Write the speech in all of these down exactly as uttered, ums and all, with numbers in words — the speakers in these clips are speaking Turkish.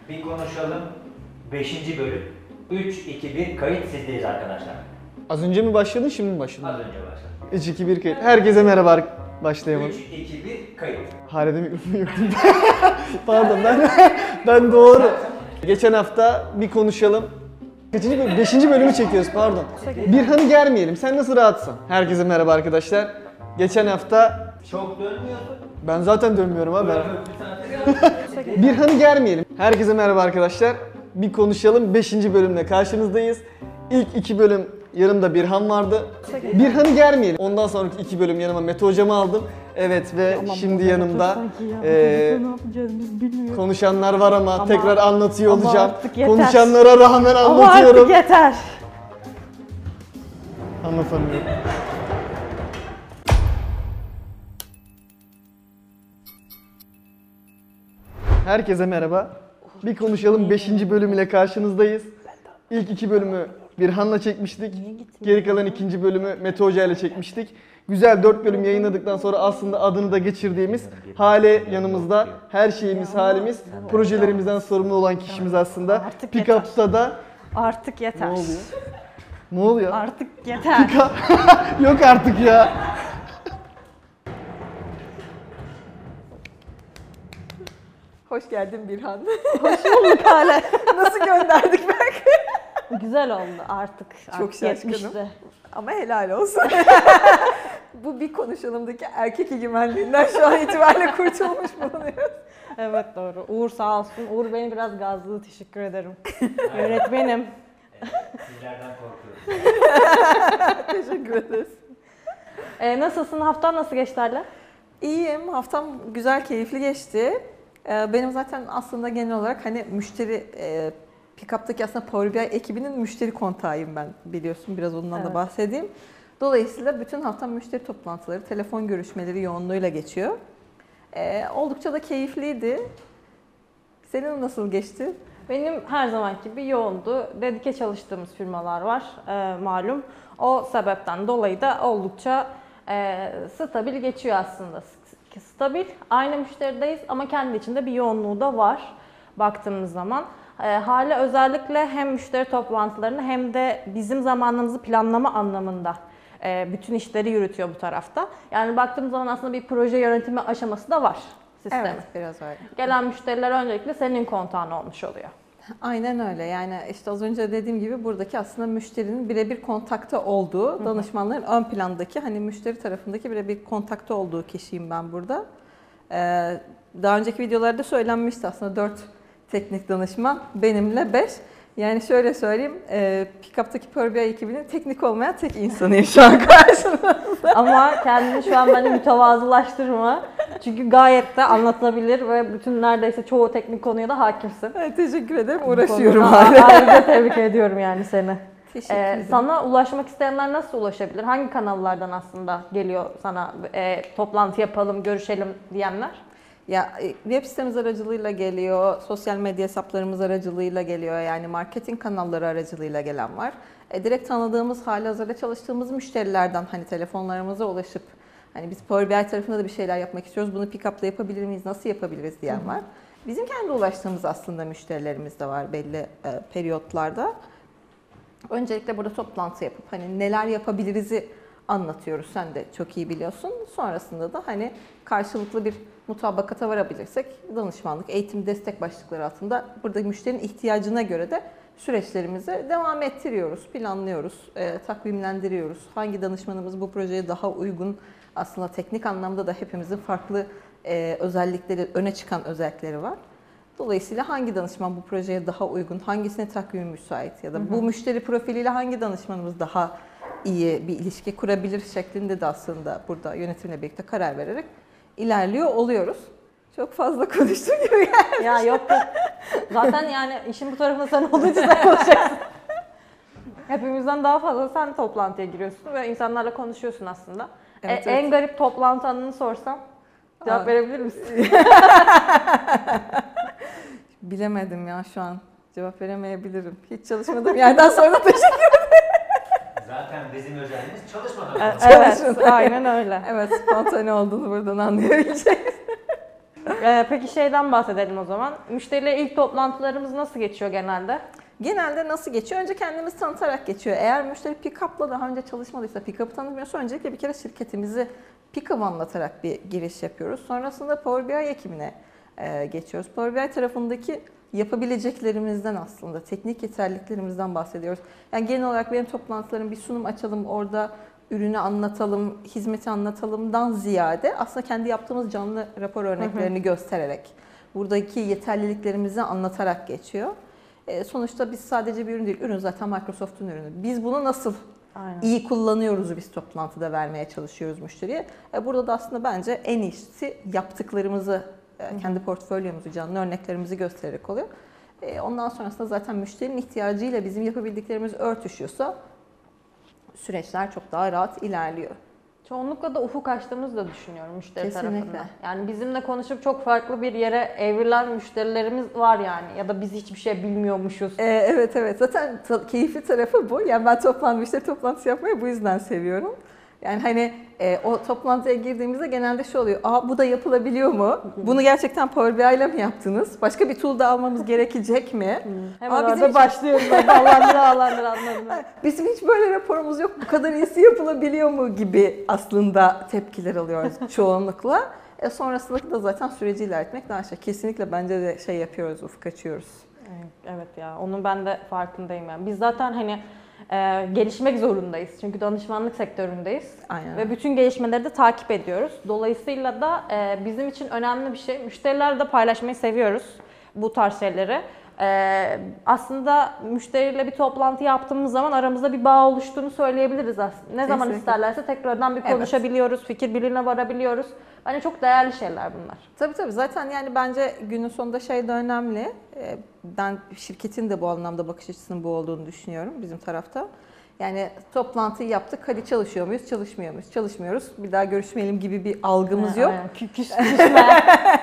Bir konuşalım. beşinci bölüm. üç, iki, bir kayıt sizdeyiz arkadaşlar. Az önce mi başladın, şimdi mi başladın? Az önce başladım. üç, iki, bir kayıt. Herkese merhaba. Başlayalım. üç, iki, bir kayıt. Harede mikrofon yoktu. Pardon ben ben doğru. Geçen hafta bir konuşalım. Kaçıncı bölüm? Beşinci bölümü çekiyoruz pardon. Birhan'ı germeyelim. Sen nasıl rahatsın? Herkese merhaba arkadaşlar. Geçen hafta... Çok dönmüyorsun. Ben zaten dönmüyorum abi. Ben... Birhan'ı germeyelim. Herkese merhaba arkadaşlar. Bir konuşalım. Beşinci bölümle karşınızdayız. İlk iki bölüm yanımda Birhan vardı. Birhan'ı germeyelim. Ondan sonraki iki bölüm yanıma Mete hocamı aldım. Evet ve Ama şimdi bu yanımda ya, e, ne yapacağız biz bilmiyoruz. konuşanlar var ama, Ama- tekrar anlatıyor ama olacağım. artık yeter. Konuşanlara rağmen Ama anlatıyorum. artık yeter. Anlatamıyorum. Herkese merhaba. Bir konuşalım beşinci bölüm ile karşınızdayız. İlk iki bölümü Birhan'la çekmiştik. Geri kalan ikinci bölümü Mete Hoca ile çekmiştik. Güzel dört bölüm yayınladıktan sonra aslında adını da geçirdiğimiz Hale yanımızda. Her şeyimiz halimiz. Projelerimizden sorumlu olan kişimiz aslında. Artık Pick yeter. Up'ta da Artık ne yeter. oluyor? Ne oluyor? Artık yeter. Yok artık ya. Hoş geldin Birhan. Hoş bulduk Hale. Nasıl gönderdik bak. Güzel oldu artık. Çok artık şaşkınım. yetmişti. Ama helal olsun. Bu bir konuşalımdaki erkek egemenliğinden şu an itibariyle kurtulmuş bulunuyoruz. Evet doğru. Uğur sağ olsun. Uğur beni biraz gazladı. Teşekkür ederim. Öğretmenim. Sizlerden korkuyorum. Teşekkür ederiz. Ee, nasılsın? Haftan nasıl geçti Hale? İyiyim. Haftam güzel, keyifli geçti. Ee, Benim zaten aslında genel olarak hani müşteri, e, Pick-up'taki aslında Power B I ekibinin müşteri kontağıyım ben, biliyorsun. Biraz ondan Evet. da bahsedeyim. Dolayısıyla bütün haftam müşteri toplantıları, telefon görüşmeleri yoğunluğuyla geçiyor. Ee, oldukça da keyifliydi. Senin nasıl geçti? Benim her zamanki gibi yoğundu. Dedike çalıştığımız firmalar var e, malum. O sebepten dolayı da oldukça e, stabil geçiyor aslında. S- Stabil, aynı müşterideyiz ama kendi içinde bir yoğunluğu da var baktığımız zaman. E, Hale özellikle hem müşteri toplantılarını hem de bizim zamanımızı planlama anlamında e, bütün işleri yürütüyor bu tarafta. Yani baktığımız zaman aslında bir proje yönetimi aşaması da var sistemin. Evet, biraz öyle. Gelen müşteriler öncelikle senin kontağın olmuş oluyor. Aynen öyle. Yani işte az önce dediğim gibi buradaki aslında müşterinin birebir kontakta olduğu, danışmanların ön plandaki, hani müşteri tarafındaki birebir kontakta olduğu kişiyim ben burada. Ee, daha önceki videolarda söylenmişti aslında dört teknik danışman, benimle beş. Yani şöyle söyleyeyim, e, Pick-up'taki Power B I ekibinin teknik olmayan tek insanıyım şu an karşınızda. Ama kendini şu an bence mütevazılaştırma. Çünkü gayet de anlatılabilir ve bütün neredeyse çoğu teknik konuya da hakimsin. Evet, teşekkür ederim. Bu Uğraşıyorum konuda hala. Ayrıca tebrik ediyorum yani seni. Teşekkür Ee, ederim. sana ulaşmak isteyenler nasıl ulaşabilir? Hangi kanallardan aslında geliyor sana e, toplantı yapalım, görüşelim diyenler? Ya e, web sitemiz aracılığıyla geliyor, sosyal medya hesaplarımız aracılığıyla geliyor, yani marketing kanalları aracılığıyla gelen var. E, direkt tanıdığımız, halihazırda çalıştığımız müşterilerden hani telefonlarımıza ulaşıp hani biz Power B I tarafında da bir şeyler yapmak istiyoruz, bunu pick-up'la yapabilir miyiz, nasıl yapabiliriz diyen var. Bizim kendi ulaştığımız aslında müşterilerimiz de var belli e, periyotlarda. Öncelikle burada toplantı yapıp hani neler yapabiliriz'i anlatıyoruz. Sen de çok iyi biliyorsun. Sonrasında da hani karşılıklı bir mutabakata varabilirsek danışmanlık, eğitim, destek başlıkları altında burada müşterinin ihtiyacına göre de süreçlerimizi devam ettiriyoruz, planlıyoruz, e, takvimlendiriyoruz. Hangi danışmanımız bu projeye daha uygun, aslında teknik anlamda da hepimizin farklı e, özellikleri, öne çıkan özellikleri var. Dolayısıyla hangi danışman bu projeye daha uygun, hangisine takvimi müsait ya da hı hı. bu müşteri profiliyle hangi danışmanımız daha iyi bir ilişki kurabilir şeklinde de aslında burada yönetimle birlikte karar vererek ilerliyor oluyoruz. Çok fazla konuştum gibi geldi. Ya yok yok. Zaten yani işin bu tarafında sen olduğu için sen konuşacaksın. Hepimizden daha fazla sen toplantıya giriyorsun ve insanlarla konuşuyorsun aslında. Evet, e, evet. En garip toplantı anını sorsam cevap Aa. verebilir misin? Bilemedim ya şu an. Cevap veremeyebilirim. Hiç çalışmadığım yerden sonra teşekkür ederim. Zaten bizim özelliğimiz çalışmadan. Evet, aynen öyle. Evet, spontane olduğunu buradan anlayabileceğiz. Ee, peki şeyden bahsedelim o zaman. Müşteriyle ilk toplantılarımız nasıl geçiyor genelde? Genelde nasıl geçiyor? Önce kendimizi tanıtarak geçiyor. Eğer müşteri pick-up'la daha önce çalışmadıysa, pick-up'ı tanımıyorsa öncelikle bir kere şirketimizi pick-up anlatarak bir giriş yapıyoruz. Sonrasında Power B I ekibine e, geçiyoruz. Power B I tarafındaki yapabileceklerimizden aslında, teknik yeterliliklerimizden bahsediyoruz. Yani genel olarak benim toplantılarım bir sunum açalım, orada ürünü anlatalım, hizmeti anlatalımdan ziyade aslında kendi yaptığımız canlı rapor örneklerini hı hı. göstererek, buradaki yeterliliklerimizi anlatarak geçiyor. E, sonuçta biz sadece bir ürün değil, ürün zaten Microsoft'un ürünü. Biz bunu nasıl Aynen. iyi kullanıyoruz biz toplantıda vermeye çalışıyoruz müşteriye. E, burada da aslında bence en iyisi yaptıklarımızı, e, kendi portfolyomuzu, canlı örneklerimizi göstererek oluyor. E, ondan sonrasında zaten müşterinin ihtiyacıyla bizim yapabildiklerimiz örtüşüyorsa süreçler çok daha rahat ilerliyor. Çoğunlukla da ufuk açtığımızı da düşünüyorum müşteri Kesinlikle. tarafından. Yani bizimle konuşup çok farklı bir yere evrilen müşterilerimiz var yani. Ya da biz hiçbir şey bilmiyormuşuz. Ee, evet evet zaten ta- keyifli tarafı bu. Yani ben toplantı, müşteri toplantısı yapmayı bu yüzden seviyorum. Yani hani e, o toplantıya girdiğimizde genelde şu oluyor. Aa bu da yapılabiliyor mu? Bunu gerçekten Power B I ile mi yaptınız? Başka bir tool da almamız gerekecek mi? Hemen Aa, orada hiç... başlıyoruz. Allah'ındır Allah'ındır anladım. Bizim hiç böyle raporumuz yok. Bu kadar iyisi yapılabiliyor mu gibi aslında tepkiler alıyoruz çoğunlukla. E sonrasında da zaten süreci ilerletmek daha şey. Kesinlikle bence de şey yapıyoruz, ufuk açıyoruz. Evet ya, onun ben de farkındayım yani. Biz zaten hani e, gelişmek zorundayız. Çünkü danışmanlık sektöründeyiz. Aynen. Ve bütün gelişmeleri de takip ediyoruz. Dolayısıyla da e, bizim için önemli bir şey. Müşterilerle de paylaşmayı seviyoruz bu tarz şeyleri. Ee, aslında müşteriyle bir toplantı yaptığımız zaman aramızda bir bağ oluştuğunu söyleyebiliriz aslında. Ne Kesinlikle. zaman isterlerse tekrardan bir konuşabiliyoruz, evet. fikir birliğine varabiliyoruz. Bence çok değerli şeyler bunlar. Tabii tabii zaten yani bence günün sonunda şey de önemli. Ben şirketin de bu anlamda bakış açısının bu olduğunu düşünüyorum bizim tarafta. Yani toplantıyı yaptık, hadi çalışıyor muyuz, çalışmıyor muyuz? Çalışmıyoruz, bir daha görüşmeyelim gibi bir algımız ha, yok. Küsme.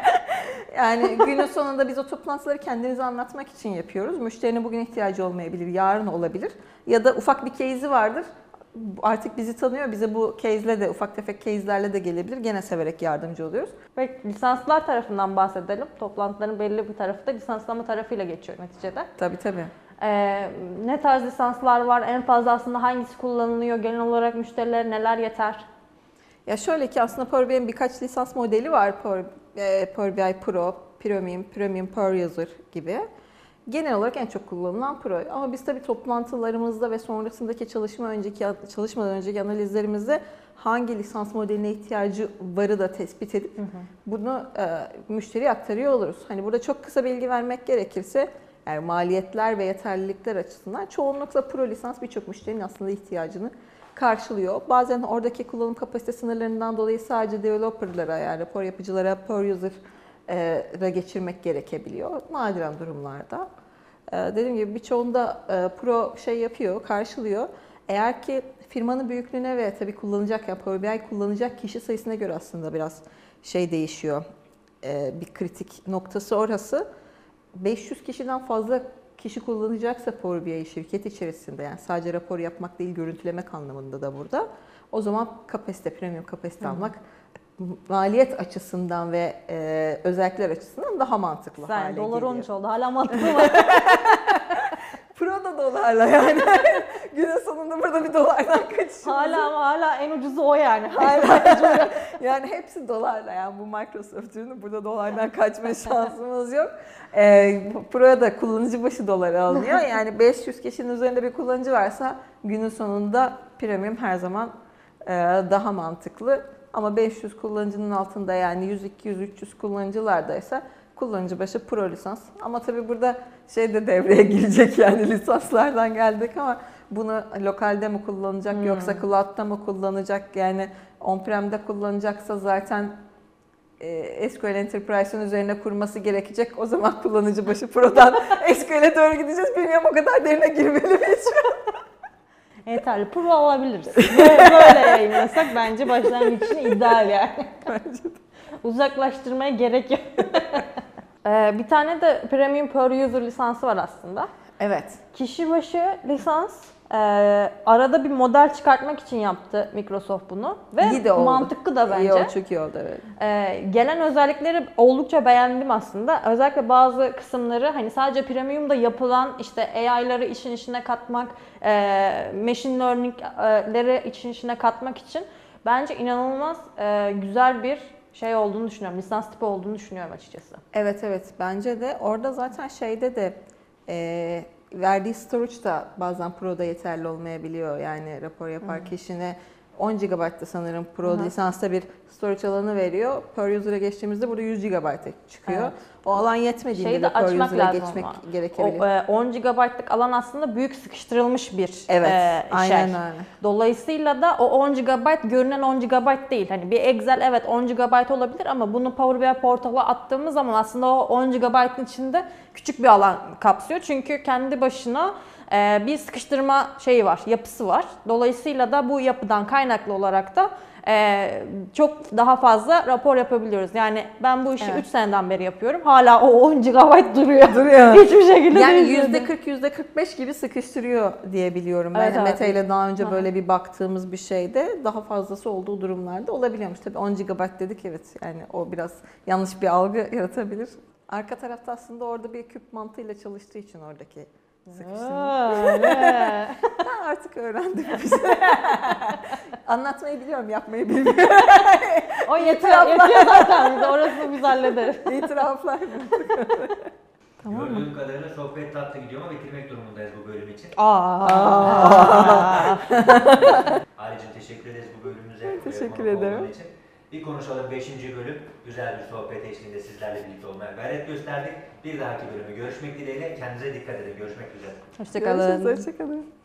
Yani günün sonunda biz o toplantıları kendimize anlatmak için yapıyoruz. Müşterinin bugün ihtiyacı olmayabilir, yarın olabilir. Ya da ufak bir case'i vardır. Artık bizi tanıyor, bize bu case'le de, ufak tefek case'lerle de gelebilir. Gene severek yardımcı oluyoruz. Ve lisanslar tarafından bahsedelim. Toplantıların belli bir tarafı da lisanslama tarafıyla geçiyor neticede. Tabii tabii. Ee, ne tarz lisanslar var? En fazla aslında hangisi kullanılıyor? Genel olarak müşterilere neler yeter? Ya şöyle ki aslında Power B I'nin birkaç lisans modeli var. Power, e, Power B I Pro, Premium, Premium Per User gibi. Genel olarak en çok kullanılan Pro. Ama biz tabii toplantılarımızda ve sonrasındaki çalışma önceki çalışmadan önceki analizlerimizde hangi lisans modeline ihtiyacı varı da tespit edip hı hı. bunu e, müşteriye aktarıyor oluruz. Hani burada çok kısa bilgi vermek gerekirse yani maliyetler ve yeterlilikler açısından çoğunlukla Pro lisans birçok müşterinin aslında ihtiyacını karşılıyor. Bazen oradaki kullanım kapasite sınırlarından dolayı sadece developerlara yani rapor yapıcılara per user'a geçirmek gerekebiliyor. Nadiren durumlarda. Dediğim gibi birçoğunda Pro şey yapıyor, karşılıyor. Eğer ki firmanın büyüklüğüne ve tabii kullanacak yani Power B I kullanacak kişi sayısına göre aslında biraz şey değişiyor. Bir kritik noktası orası. beş yüz kişiden fazla kişi kullanacaksa Power B I'yi şirket içerisinde yani sadece rapor yapmak değil görüntülemek anlamında da burada. O zaman kapasite, premium kapasite Hı-hı. almak maliyet açısından ve e, özellikler açısından daha mantıklı Sen, hale dolar geliyor. on üç oldu hala mantıklı mı? Pro da dolarla yani. Günün sonunda burada bir dolardan kaçışımız. Hala ama hala en ucuzu o yani. Hala. Yani hepsi dolarla yani bu Microsoft ürünü burada dolardan kaçma şansımız yok. Ee, Pro'ya da kullanıcı başı dolar alınıyor. Yani beş yüz kişinin üzerinde bir kullanıcı varsa günün sonunda premium her zaman e, daha mantıklı. Ama beş yüz kullanıcının altında yani yüz, iki yüz, üç yüz kullanıcılardaysa kullanıcı başı Pro lisans. Ama tabii burada şey de devreye girecek yani lisanslardan geldik ama bunu lokalde mi kullanacak hmm. yoksa cloud'da mı kullanacak yani on-prem'de kullanacaksa zaten e, S Q L Enterprise'ın üzerine kurması gerekecek. O zaman kullanıcı başı Pro'dan S Q L'e doğru gideceğiz. Bilmiyorum o kadar derine girmeli miyiz şu an? Yeterli. Pro alabiliriz. Böyle, böyle yayınlasak bence başlangıç için ideal yani. Bence de. Uzaklaştırmaya gerek yok. ee, bir tane de Premium Per User lisansı var aslında. Evet. Kişi başı lisans Ee, arada bir model çıkartmak için yaptı Microsoft bunu ve İyi de oldu. mantıklı da bence. İyi oldu, çok iyi oldu evet. Ee, gelen özellikleri oldukça beğendim aslında. Özellikle bazı kısımları hani sadece premium'da yapılan işte A I'ları işin içine katmak, e, machine learning'leri işin içine katmak için bence inanılmaz e, güzel bir şey olduğunu düşünüyorum. Lisans tipi olduğunu düşünüyorum açıkçası. Evet evet bence de orada zaten şeyde de e, verdiği storage da bazen Pro'da yeterli olmayabiliyor. Yani rapor yapar kişine on gigabayt'ta sanırım Pro Hı hı. lisansta bir storage alanı veriyor. Per user'a geçtiğimizde burada yüz gigabayt'a çıkıyor. Evet. O alan yetmediğinde Şeyi de de per açmak user'a lazım geçmek ama. gerekebiliyor. O e, on gigabaytlık alan aslında büyük sıkıştırılmış bir Evet, e, aynen şey. öyle. Dolayısıyla da o on gigabayt görünen on gigabayt değil. Hani bir Excel evet on gigabayt olabilir ama bunu Power B I portala attığımız zaman aslında o on gigabaytın içinde küçük bir alan kapsıyor. Çünkü kendi başına e, bir sıkıştırma şeyi var, yapısı var. Dolayısıyla da bu yapıdan kaynaklı olarak da Ee, çok daha fazla rapor yapabiliyoruz. Yani ben bu işi üç Evet. seneden beri yapıyorum. Hala o on gigabayt duruyor. Duruyor. Hiçbir şekilde Yani değişmedi. yüzde kırk, yüzde kırk beş gibi sıkıştırıyor diye biliyorum. Ben Evet, evet. Mete ile daha önce Aha. böyle bir baktığımız bir şeyde daha fazlası olduğu durumlarda olabiliyormuş. Tabii on gigabayt dedik evet yani o biraz yanlış bir algı yaratabilir. Arka tarafta aslında orada bir küp mantığıyla çalıştığı için oradaki sıkıştırma. Öyle. Ben artık öğrendim bir şey. Anlatmayı biliyorum, yapmayı bilmiyorum. O yeter, İtiraflar. yetiyor zaten bize. Orasını biz hallederiz. İtiraflar. Tamam mı? Gördüğüm kadarıyla sohbet tatlı gidiyor ama bitirmek durumundayız bu bölüm için. Aa. Ayrıca teşekkür ederiz bu bölümümüze. Teşekkür konuk olduğun ederim. için. Bir konuşalım beşinci bölüm. Güzel bir sohbet eşliğinde sizlerle birlikte olmaya gayret gösterdik. Bir dahaki bölümü görüşmek dileğiyle. Kendinize dikkat edin. Görüşmek üzere. Hoşçakalın. Görüşürüz, hoşçakalın.